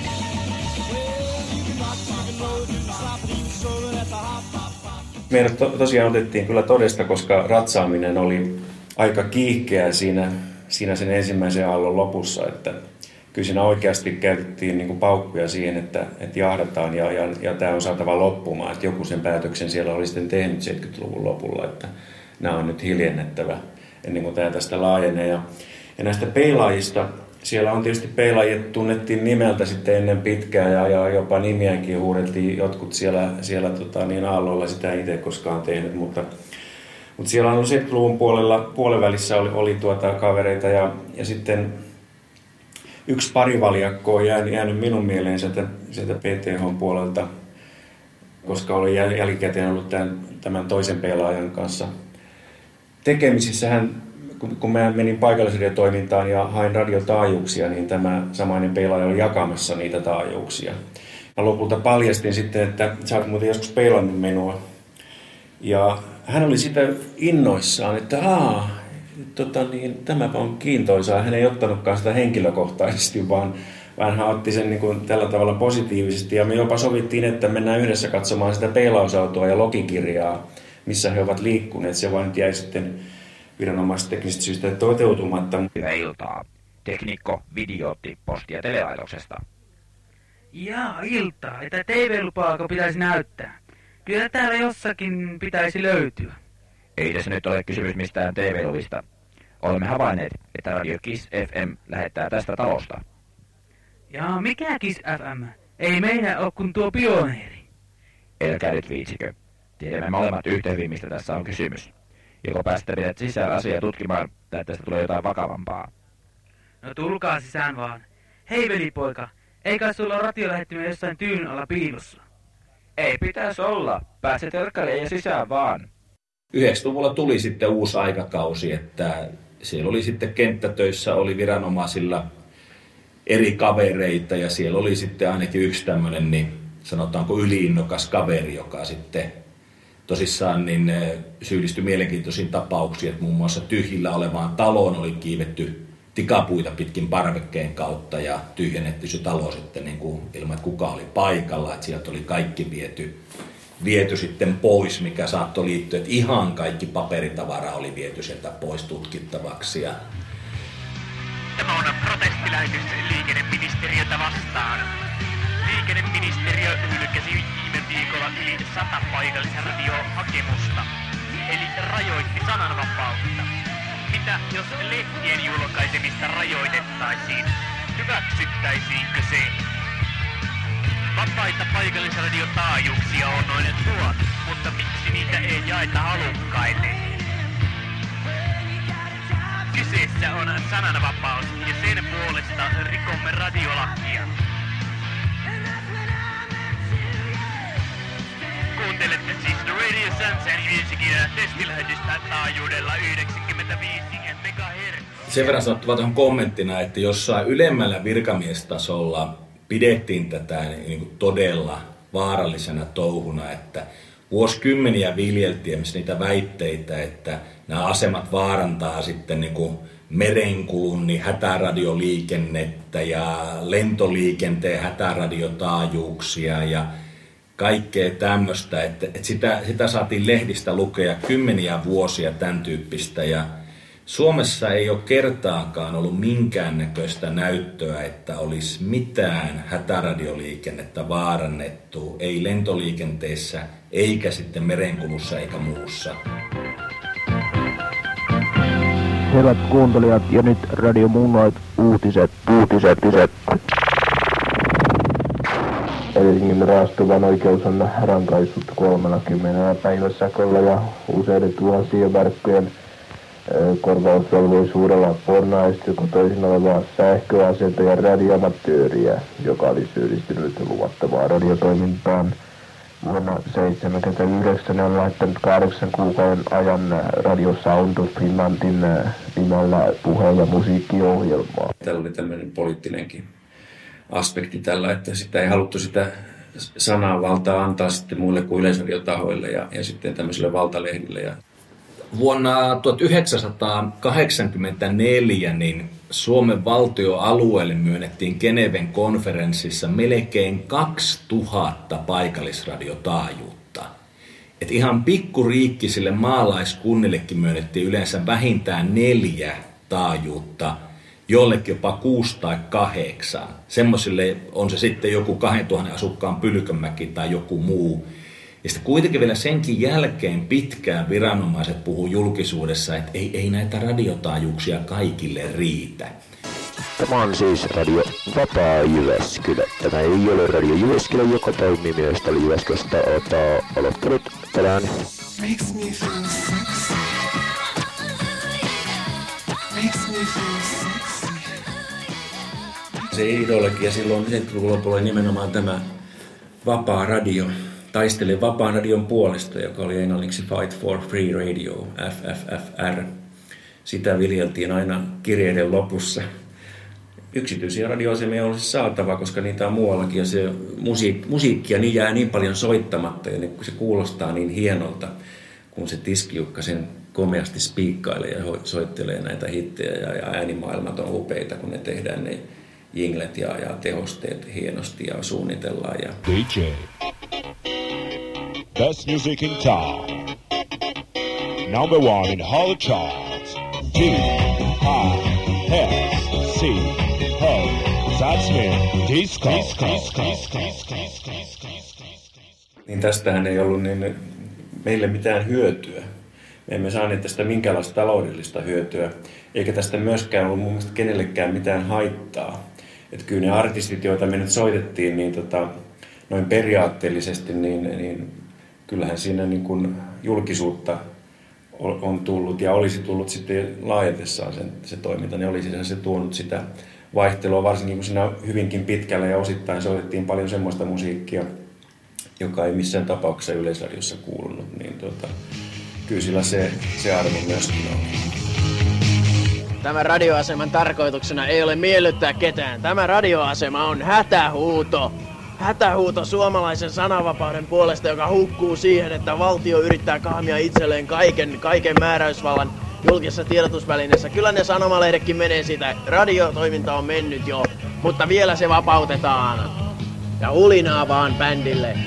Meidät to- tosiaan otettiin kyllä todesta, koska ratsaaminen oli aika kiihkeää siinä, siinä sen ensimmäisen aallon lopussa. Että kyllä siinä oikeasti käytettiin niin kuin paukkuja siihen, että, että jahdataan ja, ja, ja tämä on saatava loppumaan. Että joku sen päätöksen siellä oli sitten tehnyt seitsemänkymmentäluvun lopulla, että nämä on nyt hiljennettävä ennen kuin tämä tästä laajenee. Ja, ja näistä peilaajista, siellä on tietysti peilaajat tunnettiin nimeltä sitten ennen pitkään ja, ja jopa nimiäkin huudeltiin jotkut siellä, siellä tota, niin aalloilla, sitä ei itse koskaan tehnyt, mutta, mutta siellä on seitsemänkymmentäluvun puolella, puolivälissä oli, oli tuota kavereita ja, ja sitten yksi parivaljakko on jäänyt, jäänyt minun mieleen sieltä, sieltä P T H:n puolelta, koska oli jälkikäteen ollut tämän, tämän toisen pelaajan kanssa tekemisissä. Hän, kun mä menin paikallisradiotoimintaan ja hain radiotaajuuksia, niin tämä samainen peilaaja oli jakamassa niitä taajuuksia. Mä lopulta paljastin sitten, että sä oot muuten joskus peilannut minua. Ja hän oli sitä innoissaan, että aah, tota niin, tämäpä on kiintoisaa. Hän ei ottanutkaan sitä henkilökohtaisesti, vaan, vaan hän otti sen niin kuin tällä tavalla positiivisesti. Ja me jopa sovittiin, että mennään yhdessä katsomaan sitä peilausautoa ja logikirjaa, missä he ovat liikkuneet. Se vain jäi sitten viranomaisteknisistä syistä toteutumatta. Hyvää iltaa. Teknikko videotti posti- ja telelaitoksesta. Jaa, iltaa. Että T V-lupaako pitäisi näyttää? Kyllä täällä jossakin pitäisi löytyä. Ei tässä nyt ole kysymys mistään T V-luvista. Olemme havainneet, että Radio Kiss F M lähettää tästä talosta. Jaa, mikä Kiss F M? Ei meidän ole kuin tuo pioneeri. Älkää nyt viitsikö. Tiedämme molemmat yhtä hyvin, mistä tässä on kysymys. Joko päästä meidät sisään asiaa tutkimaan, tai tästä tulee jotain vakavampaa. No tulkaa sisään vaan. Hei velipoika, ei kai sulla radiolähettimen jossain tyynyn alla piilossa? Ei pitäisi olla. Pääse telkkariin ja sisään vaan. yhdeksänkymmentäluvulla tuli sitten uusi aikakausi, että siellä oli sitten kenttätöissä, oli viranomaisilla eri kavereita ja siellä oli sitten ainakin yksi tämmöinen, niin sanotaanko yliinnokas kaveri, joka sitten tosissaan niin syyllistyi mielenkiintoisiin tapauksiin, että muun muassa tyhjillä olevaan taloon oli kiivetty tikapuita pitkin parvekkeen kautta ja tyhjennetty se talo sitten niin kuin ilman, että kukaan oli paikalla, että sieltä oli kaikki viety, viety sitten pois, mikä saattoi liittyä, että ihan kaikki paperitavara oli viety sieltä pois tutkittavaksi. Ja tämä on protestilähetys liikenneministeriötä vastaan. Liikenneministeriö hylkäsi viime viikolla yli sata paikallisen radiohakemusta, eli rajoitti sananvapautta. Mitä jos lehtien julkaisemista rajoitettaisiin? Hyväksyttäisiinkö se? Vapaita paikallisradiotaajuuksia on noin tuhat, mutta miksi niitä ei jaeta halukkaille? Kyseessä on sananvapaus ja sen puolesta rikomme radiolakia. Kuuntelette siis Radio Sunshine Musicin testilähetystä taajuudella yhdeksänkymmentäviisi megahertsiä. Sen verran sanottava tuohon kommenttina, että jossain ylemmällä virkamiestasolla pidettiin tätä niin kuin todella vaarallisena touhuna, että vuosikymmeniä viljeltiin niitä väitteitä, että nämä asemat vaarantaa sitten niin kuin merenkulun niin hätäradioliikennettä ja lentoliikenteen hätäradiotaajuuksia ja kaikkea tämmöistä, että, että sitä, sitä saatiin lehdistä lukea kymmeniä vuosia tämän tyyppistä ja Suomessa ei ole kertaakaan ollut minkäännäköistä näyttöä, että olisi mitään hätäradioliikennettä vaarannettu, ei lentoliikenteessä, eikä sitten merenkulussa eikä muussa. Hyvät kuuntelijat, ja nyt Radio Moonlight uutiset, uutiset, uutiset. Helsingin raastuvan oikeus on rankaissut kolmellakymmenellä päiväsakolla ja useiden tuhansien verkkojen korvausvelvollisuudella pornaista kotoisin olevaa sähköasenta ja radioamatööriä, joka oli syyllistynyt luvattavaan radiotoimintaan. Vuonna seitsemänkymmentäyhdeksän on laittanut kahdeksan kuukauden ajan Radio Sound of Finlandin nimellä puhe- ja musiikkiohjelmaa. Täällä oli tämmöinen poliittinenkin aspekti tällä, että sitä ei haluttu sitä sananvaltaa antaa sitten muille kuin yleisradiotahoille ja, ja sitten tämmöisille valtalehdille. Ja vuonna tuhatyhdeksänsataakahdeksankymmentäneljä niin Suomen valtioalueelle myönnettiin Geneven konferenssissa melkein kaksituhatta paikallisradiotaajuutta. Et ihan pikkuriikkisille maalaiskunnillekin myönnettiin yleensä vähintään neljä taajuutta, jollekin jopa kuusi tai kahdeksan. Semmoisille on se sitten joku kahdentuhannen asukkaan Pylkönmäki tai joku muu. Ja sitten kuitenkin vielä senkin jälkeen pitkään viranomaiset puhuu julkisuudessa, että ei, ei näitä radiotaajuuksia kaikille riitä. Tämä on siis Radio Vapaa Jyväskylä. Tämä ei ole Radio Jyväskylä, joka toimii myös täällä Jyväskylästä, ottaa aloittanut tänään. Makes me feel sexy. Makes me feel sexy. Se ideologia silloin seitsemänkymmentäluvun lopulla oli nimenomaan tämä vapaa radio. Taisteli vapaan radion puolesta, joka oli englanniksi Fight for Free Radio, F F F R. Sitä viljeltiin aina kirjeiden lopussa. Yksityisiä radioasemia on siis saatava, koska niitä on muuallakin. Ja se musiik- musiikkia niin jää niin paljon soittamatta, ja se kuulostaa niin hienolta, kun se tiskiukka sen komeasti spiikkailee ja soittelee näitä hittejä. Ja, ja äänimaailmat on upeita, kun ne tehdään ne jinglet ja, ja tehosteet hienosti ja suunnitellaan. Ja D J. Best music in town. Number one in all the charts. D, I, S, C, H, that's me. Disco. Disco. Disco. Niin tästähän ei ollut niin meille mitään hyötyä. Me emme saaneet tästä minkäänlaista taloudellista hyötyä, eikä tästä myöskään ollut mun mielestä kenellekään mitään haittaa. Että kyllä ne artistit, joita me nyt soitettiin, niin tota, noin periaatteellisesti, niin, niin kyllähän siinä niin kuin julkisuutta on tullut ja olisi tullut sitten laajatessaan sen, se toiminta, niin olisi se tuonut sitä vaihtelua, varsinkin kun siinä hyvinkin pitkällä ja osittain soitettiin paljon semmoista musiikkia, joka ei missään tapauksessa Yleisradiossa kuulunut, niin tota, kyllä sillä se, se arvo myöskin on. Tämän radioaseman tarkoituksena ei ole miellyttää ketään. Tämä radioasema on hätähuuto. Hätähuuto suomalaisen sananvapauden puolesta, joka hukkuu siihen, että valtio yrittää kahmia itselleen kaiken, kaiken määräysvallan julkisessa tiedotusvälineessä. Kyllä ne sanomalehdekin menee siitä. Radiotoiminta on mennyt jo, mutta vielä se vapautetaan. Ja hulinaa vaan bändille.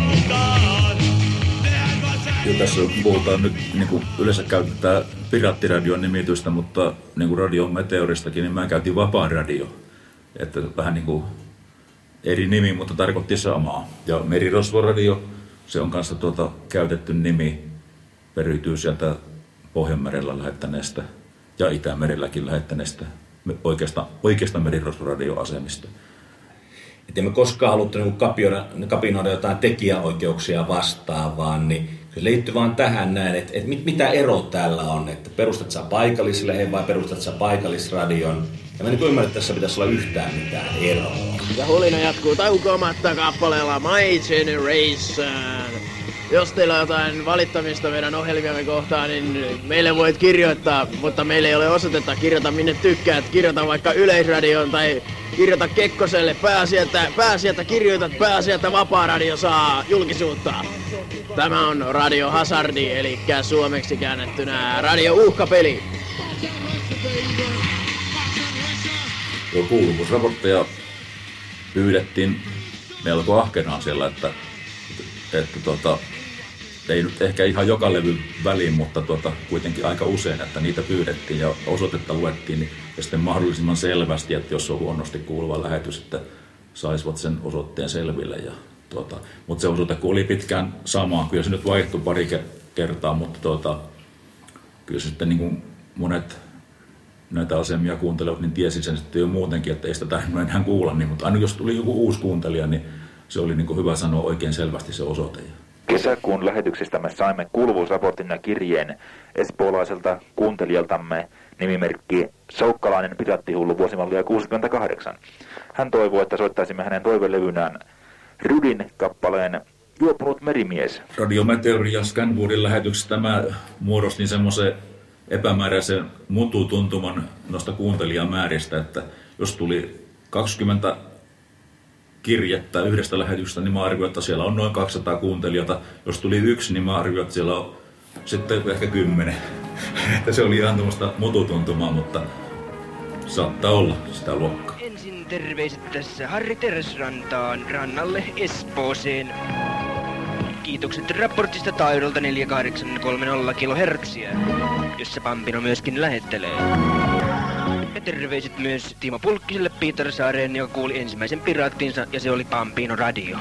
Kyllä tässä puhutaan nyt, niin kuin yleensä käytetään piraattiradion nimitystä, mutta niin kuin radion meteoristakin, niin mä käytin vapaan radio. Että vähän niin kuin eri nimi, mutta tarkoitti samaa. Ja Merirosvoradio, se on kanssa tuota käytetty nimi, periytyy sieltä Pohjanmerellä lähettäneestä ja Itämerelläkin lähettäneestä oikeasta, oikeasta Merirosvoradioasemista. Että emme koskaan haluttu niin kapinoida jotain tekijäoikeuksia vastaan, vaan niin se liittyy vaan tähän näin, että, että mit, mitä ero täällä on, että perustat sä paikallislehden vai perustat sä paikallisradion. Ja mä nyt ymmärrän, että tässä pitäisi olla yhtään mitään eroa. Ja hulina jatkuu taukoamatta kappaleella My Generation. Jos teillä on jotain valittamista meidän ohjelmiamme kohtaan, niin meille voit kirjoittaa, mutta meillä ei ole osoitetta. Kirjoita minne tykkäät. Kirjoita vaikka Yleisradioon tai kirjoita Kekkoselle. Pääasialta, pääasialta kirjoitat, pääasialta Vapaa Radio saa julkisuutta. Tämä on Radio Hazardi, eli suomeksi käännettynä Radio Uhkapeli. Jo kuuluvuusraportteja pyydettiin melko ahkeraan siellä, että, että tota, ei nyt ehkä ihan joka levy väliin, mutta tota, kuitenkin aika usein, että niitä pyydettiin ja osoitetta luettiin niin, ja sitten mahdollisimman selvästi, että jos on huonosti kuuluva lähetys, että saisivat sen osoitteen selville. Ja, tota, mutta se osoite kun oli pitkään sama, kyllä se nyt vaihtui pari kertaa, mutta tota, kyllä sitten niin kuin monet näitä asemia kuuntelevat, niin tiesin sen sitten jo muutenkin, että ei sitä enää kuulla. Niin, mutta aina jos tuli joku uusi kuuntelija, niin se oli niin kuin hyvä sanoa oikein selvästi se osoite. Kesäkuun lähetyksistämme saimme kuuluvuusraportin ja kirjeen espoolaiselta kuuntelijaltamme nimimerkki Soukkalainen piraattihullu vuosimallia kuusikymmentäkahdeksan. Hän toivoi, että soittaisimme hänen toivelevynään Rudin kappaleen Juopunut merimies. Radio Meteori ja Scanwoodin lähetyksessä tämä muodostin semmoisen epämääräisen mututuntuman noista kuuntelijamääristä, että jos tuli kaksikymmentä kirjettä yhdestä lähetyksestä, niin mä arvioin, että siellä on noin kaksisataa kuuntelijata. Jos tuli yksi, niin mä arvioin, että siellä on sitten ehkä kymmenen. Että se oli ihan tämmöistä mututuntumaa, mutta saattaa olla sitä luokkaa. Ensin terveiset tässä Harri Teräsrantaan, rannalle Espooseen. Kiitokset raportista taajuudelta neljä kahdeksan kolme nolla kilohertsiä, jossa Pampino myöskin lähettelee. Ja terveiset myös Timo Pulkkiselle Pietarsaareen, joka kuuli ensimmäisen piraattinsa, ja se oli Pampino Radio.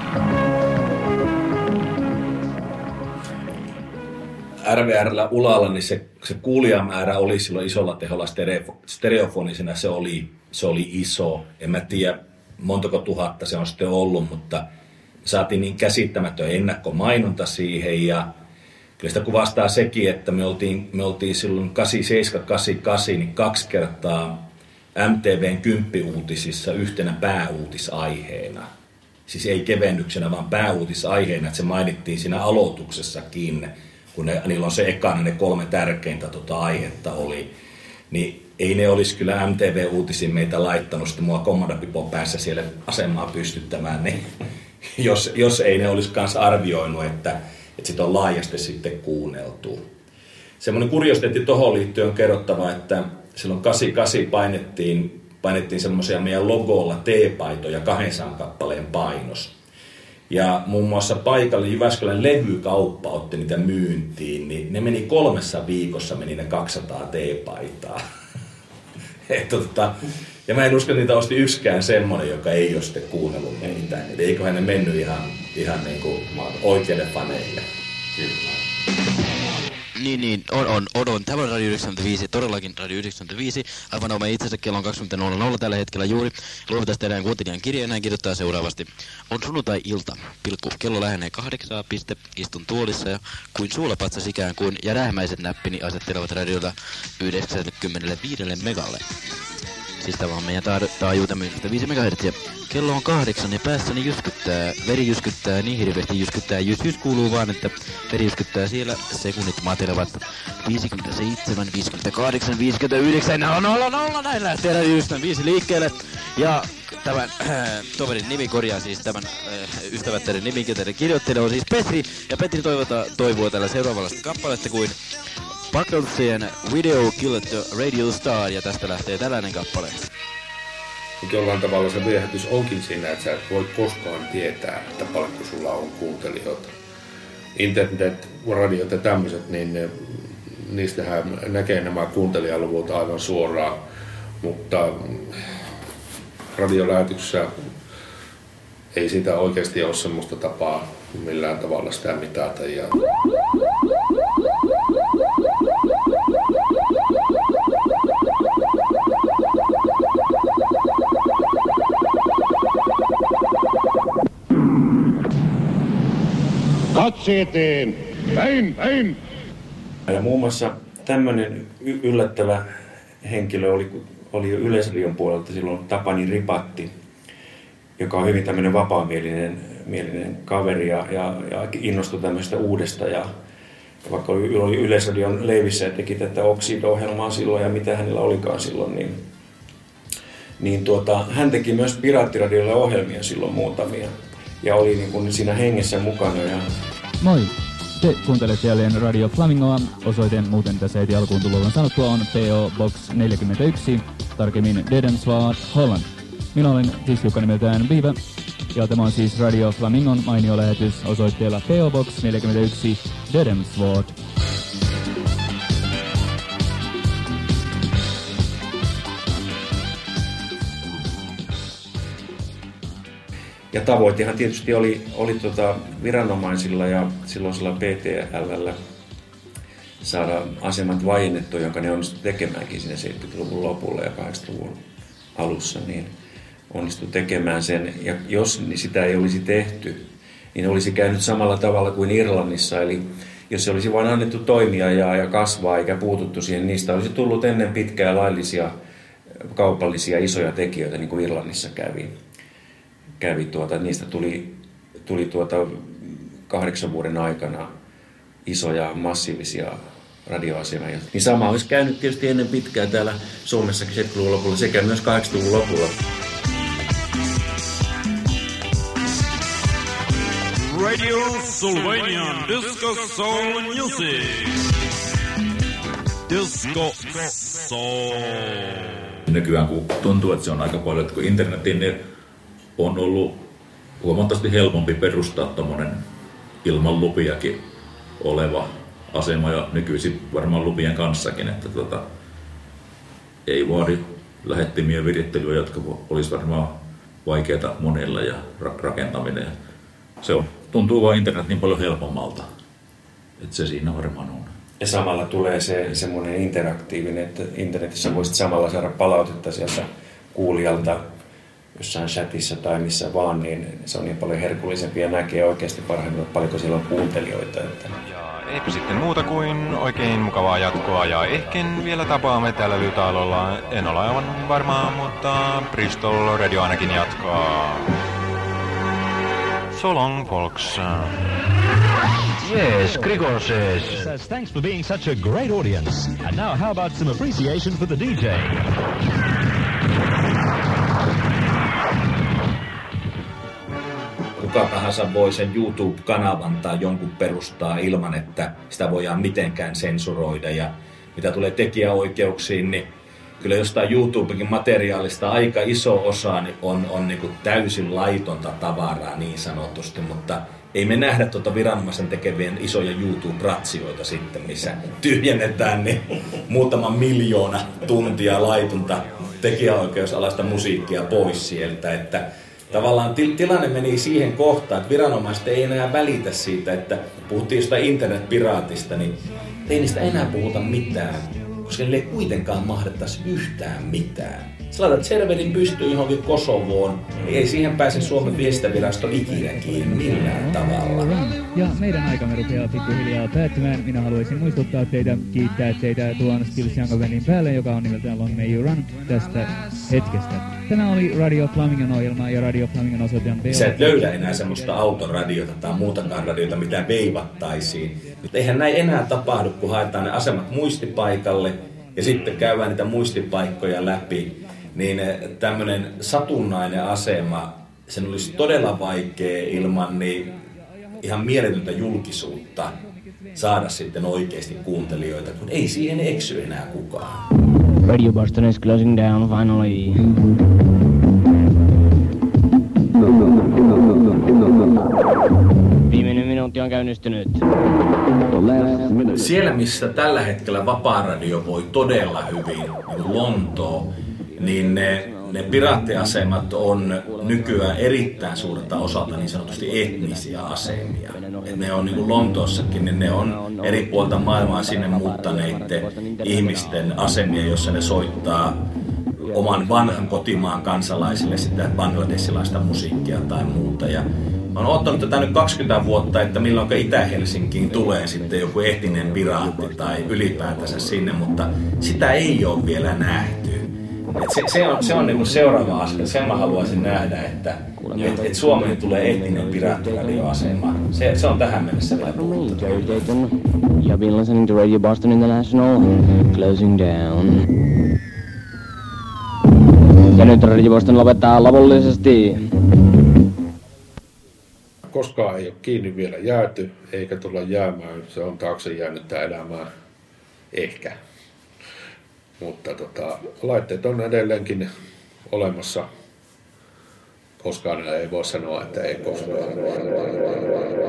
R V R:llä Ulalla niin se, se kuulijamäärä oli silloin isolla teholla stereo, stereofonisena, se oli, se oli iso. En mä tiedä montako tuhatta se on sitten ollut, mutta saatiin niin käsittämätön ennakkomainonta siihen ja kyllä sitä kuvastaa sekin, että me oltiin, me oltiin silloin kahdeksankymmentäseitsemän kahdeksankymmentäkahdeksan niin kaksi kertaa M T V:n kymppiuutisissa yhtenä pääuutisaiheena. Siis ei kevennyksenä, vaan pääuutisaiheena, että se mainittiin siinä aloituksessakin, kun ne, niillä on se ekana ne kolme tärkeintä tota aihetta oli. Niin ei ne olisi kyllä M T V-uutisiin meitä laittanut sitten mua Kommandapipo päässä siellä asemaa pystyttämään, niin jos, jos ei ne olisi kans arvioinut, että, että sitä on laajasti sitten kuunneltu. Semmoinen kuriositeetti tohon liittyen on kerrottava, että silloin kahdeksankymmentäkahdeksan painettiin, painettiin semmoisia meidän logolla T-paitoja kahdeksan kappaleen painos. Ja muun muassa paikalla Jyväskylän levykauppa otti niitä myyntiin, niin ne meni kolmessa viikossa meni ne kaksisataa T-paitaa. Et, tota, ja mä en usko, että niitä osti yksikään semmoinen, joka ei ole sitten kuunnellut meitä. Et eiköhän ne mennyt ihan, ihan niin kuin oikeille faneille. Niin, niin, on, on, on, on. Tämä on Radio yhdeksänkymmentäviisi, todellakin Radio yhdeksänkymmentäviisi. Aivan oma itsensä kello on kaksikymmentä nolla nolla tällä hetkellä juuri. Luovutaan teidän kuuntelijan kirja, näin kirjoittaa seuraavasti. On sunnuntai-ilta, pilkku, kello lähenee kahdeksaa, piste, istun tuolissa ja kuin suulapatsas ikään kuin ja rähmäiset näppini asettelevat radiota yhdeksänkymmentäviisi megalle. Siis tämä on meidän taajuutemme yhdeksänkymmentäviisi megahertsiä. Kello on kahdeksan ja päässäni jyskyttää, veri jyskyttää, niin hirveästi jyskyttää. Jys, jys kuuluu vaan, että veri jyskyttää siellä, sekunnit matelevat viisikymmentäseitsemän, viisikymmentäkahdeksan, viisikymmentäyhdeksän, nolla nolla nolla, näin lähtee Radio yhdeksänkymmentäviisi liikkeelle. Ja tämän äh, toverin nimi korjaa siis tämän äh, ystävättären nimi, joten kirjoittelija on siis Petri. Ja Petri toivota, toivoo tällä seuraavalla kappaletta kuin Bucklesien Video Killed the Radio Star, ja tästä lähtee tällainen kappale. Mutta jollain tavalla se viehätys onkin siinä, että sä et voi koskaan tietää, että paljonko sulla on kuuntelijoita. Internet, radiot ja tämmöiset, niin ne, niistähän näkee nämä kuuntelijaluvut aivan suoraan, mutta radiolähetyksessä ei sitä oikeasti ole semmoista tapaa millään tavalla sitä mitata. Ja Katse eteen! Päin, päin! Ja muun muassa tämmöinen y- yllättävä henkilö oli, oli Yleisradion puolelta silloin Tapani Ripatti, joka on hyvin tämmöinen vapaamielinen mielinen kaveri ja, ja, ja innostui tämmöistä uudesta. Ja, ja vaikka oli, oli Yleisradion leivissä ja teki tätä Oxid-ohjelmaa silloin ja mitä hänellä olikaan silloin, niin, niin tuota, hän teki myös Piraattiradiolle ohjelmia silloin muutamia. Ja oli niin kuin siinä hengessä mukana. Ja moi! Te kuuntelette jälleen Radio Flamingoa. Osoite muuten tässä heti alkuun tullaan sanottua on P O Box neljäkymmentäyksi, tarkemmin Dedemsvaart, Holland. Minä olen tiskukka nimeltään Viiva, ja tämä on siis Radio Flamingon mainio lähetys osoitteella P O Box neljäkymmentäyksi, Dedemsvaart. Ja tavoitehan tietysti oli, oli tota viranomaisilla ja silloisella P T L:llä saada asemat vaiennettua, jonka ne onnistui tekemäänkin siinä seitsemänkymmentäluvun lopulla ja kahdeksankymmentäluvun alussa, niin onnistui tekemään sen. Ja jos sitä ei olisi tehty, niin olisi käynyt samalla tavalla kuin Irlannissa. Eli jos se olisi vain annettu toimia ja, ja kasvaa eikä puututtu siihen, niistä olisi tullut ennen pitkää laillisia kaupallisia isoja tekijöitä, niin kuin Irlannissa kävi. kävi tuota, niistä tuli, tuli tuota kahdeksan vuoden aikana isoja massiivisia radioasema. Niin sama olisi käynyt tietysti ennen pitkään täällä Suomessakin seitsemänkymmentäluvun lopulla sekä myös kahdeksankymmentäluvun lopulla. Radio Sylvanian Disco Soul Music. Disco Soul. Nykyään kun tuntuu, että se on aika paljon, että kun internetin niin on ollut huomattavasti helpompi perustaa tommonen ilman lupiakin oleva asema ja nykyisin varmaan lupien kanssakin, että tota, ei vaadi lähettimien virittelyä, jotka olisi varmaan vaikeaa monilla ja ra- rakentaminen. Se on, tuntuu vaan internet niin paljon helpommalta, että se siinä varmaan on. Ja samalla tulee se semmoinen interaktiivinen, että internetissä voisit samalla saada palautetta sieltä kuulijalta jossain chatissa tai missä vaan, niin se on niin paljon herkullisempi ja näkee oikeasti parhaimmillaan paljonko siellä on kuuntelijoita. Että... Ja eipä sitten muuta kuin oikein mukavaa jatkoa ja ehkä vielä tapaamme täällä Lytalolla. En ole aivan varmaa, mutta Bristol Radio ainakin jatkaa. So long, folks. Yes, Grigor says, thanks for being such a great audience. And now how about some appreciation for the D J? Kuka tahansa voi sen YouTube-kanavan tai jonkun perustaa ilman, että sitä voidaan mitenkään sensuroida. Ja mitä tulee tekijäoikeuksiin, niin kyllä jostain YouTubekin materiaalista aika iso osa niin on, on niin kuin täysin laitonta tavaraa niin sanotusti, mutta ei me nähdä tuota viranomaisen tekevien isoja YouTube-ratsioita sitten, missä tyhjennetään niin muutama miljoona tuntia laitonta tekijäoikeusalaista musiikkia pois sieltä, että tavallaan tilanne meni siihen kohtaan, että viranomaiset ei enää välitä siitä, että puhuttiin jostain internetpiraatista, niin ei niistä enää puhuta mitään, koska niille ei kuitenkaan mahdettaisi yhtään mitään. Sä laitat serverin pystyyn johonkin Kosovoon, niin ei siihen pääse Suomen viestintävirasto ikinä kiinni millään tavalla. Ja meidän aikamme rupeaa pikkuhiljaa päättymään. Minä haluaisin muistuttaa teitä, kiittää teitä tuon Skills Young Bandin päälle, joka on nimeltään Long May You Run tästä hetkestä. Tämä oli Radio Flamingon ohjelma ja Radio Flamingon osoitan... Sä et löydä enää semmoista autoradiota tai muutakaan radiota, mitä veivattaisiin. Eihän näin enää tapahdu, kun haetaan ne asemat muistipaikalle ja sitten käydään niitä muistipaikkoja läpi. Niin tämmönen satunnainen asema, sen olisi todella vaikea ilman niin ihan mieletöntä julkisuutta saada sitten oikeasti kuuntelijoita, kun ei siihen eksy enää kukaan. Radio Boston is closing down finally. Viimeinen minuutti on käynnistynyt. Siellä, missä tällä hetkellä Vapaa-radio voi todella hyvin, niin Lontoo, niin ne, ne piraattiasemat on nykyään erittäin suurelta osalta niin sanotusti etnisiä asemia. Et ne on niin kuin Lontoossakin, niin ne on eri puolta maailmaa sinne muuttaneiden ihmisten asemia, jossa ne soittaa oman vanhan kotimaan kansalaisille sitä bangladesilaista musiikkia tai muuta. Ja mä oon ottanut tätä nyt kaksikymmentä vuotta, että milloinka Itä-Helsinkiin tulee sitten joku etninen piraatti tai ylipäätänsä sinne, mutta sitä ei ole vielä nähty. Et se, se on, se on niinku seuraava askel. Sen mä haluaisin nähdä, että et, et Suomeen tulee etninen piraattiradioasema. Se, se on tähän mennessä puhuttu. You have been listening to Radio Boston International, closing down. Ja nyt Radio Boston lopettaa lopullisesti. Koskaan ei ole kiinni vielä jääty, eikä tulla jäämään. Se on taakse jäänyttä elämää. Ehkä. Mutta tota, laitteet on edelleenkin olemassa. Koskaan ei voi sanoa, että ei koskaan.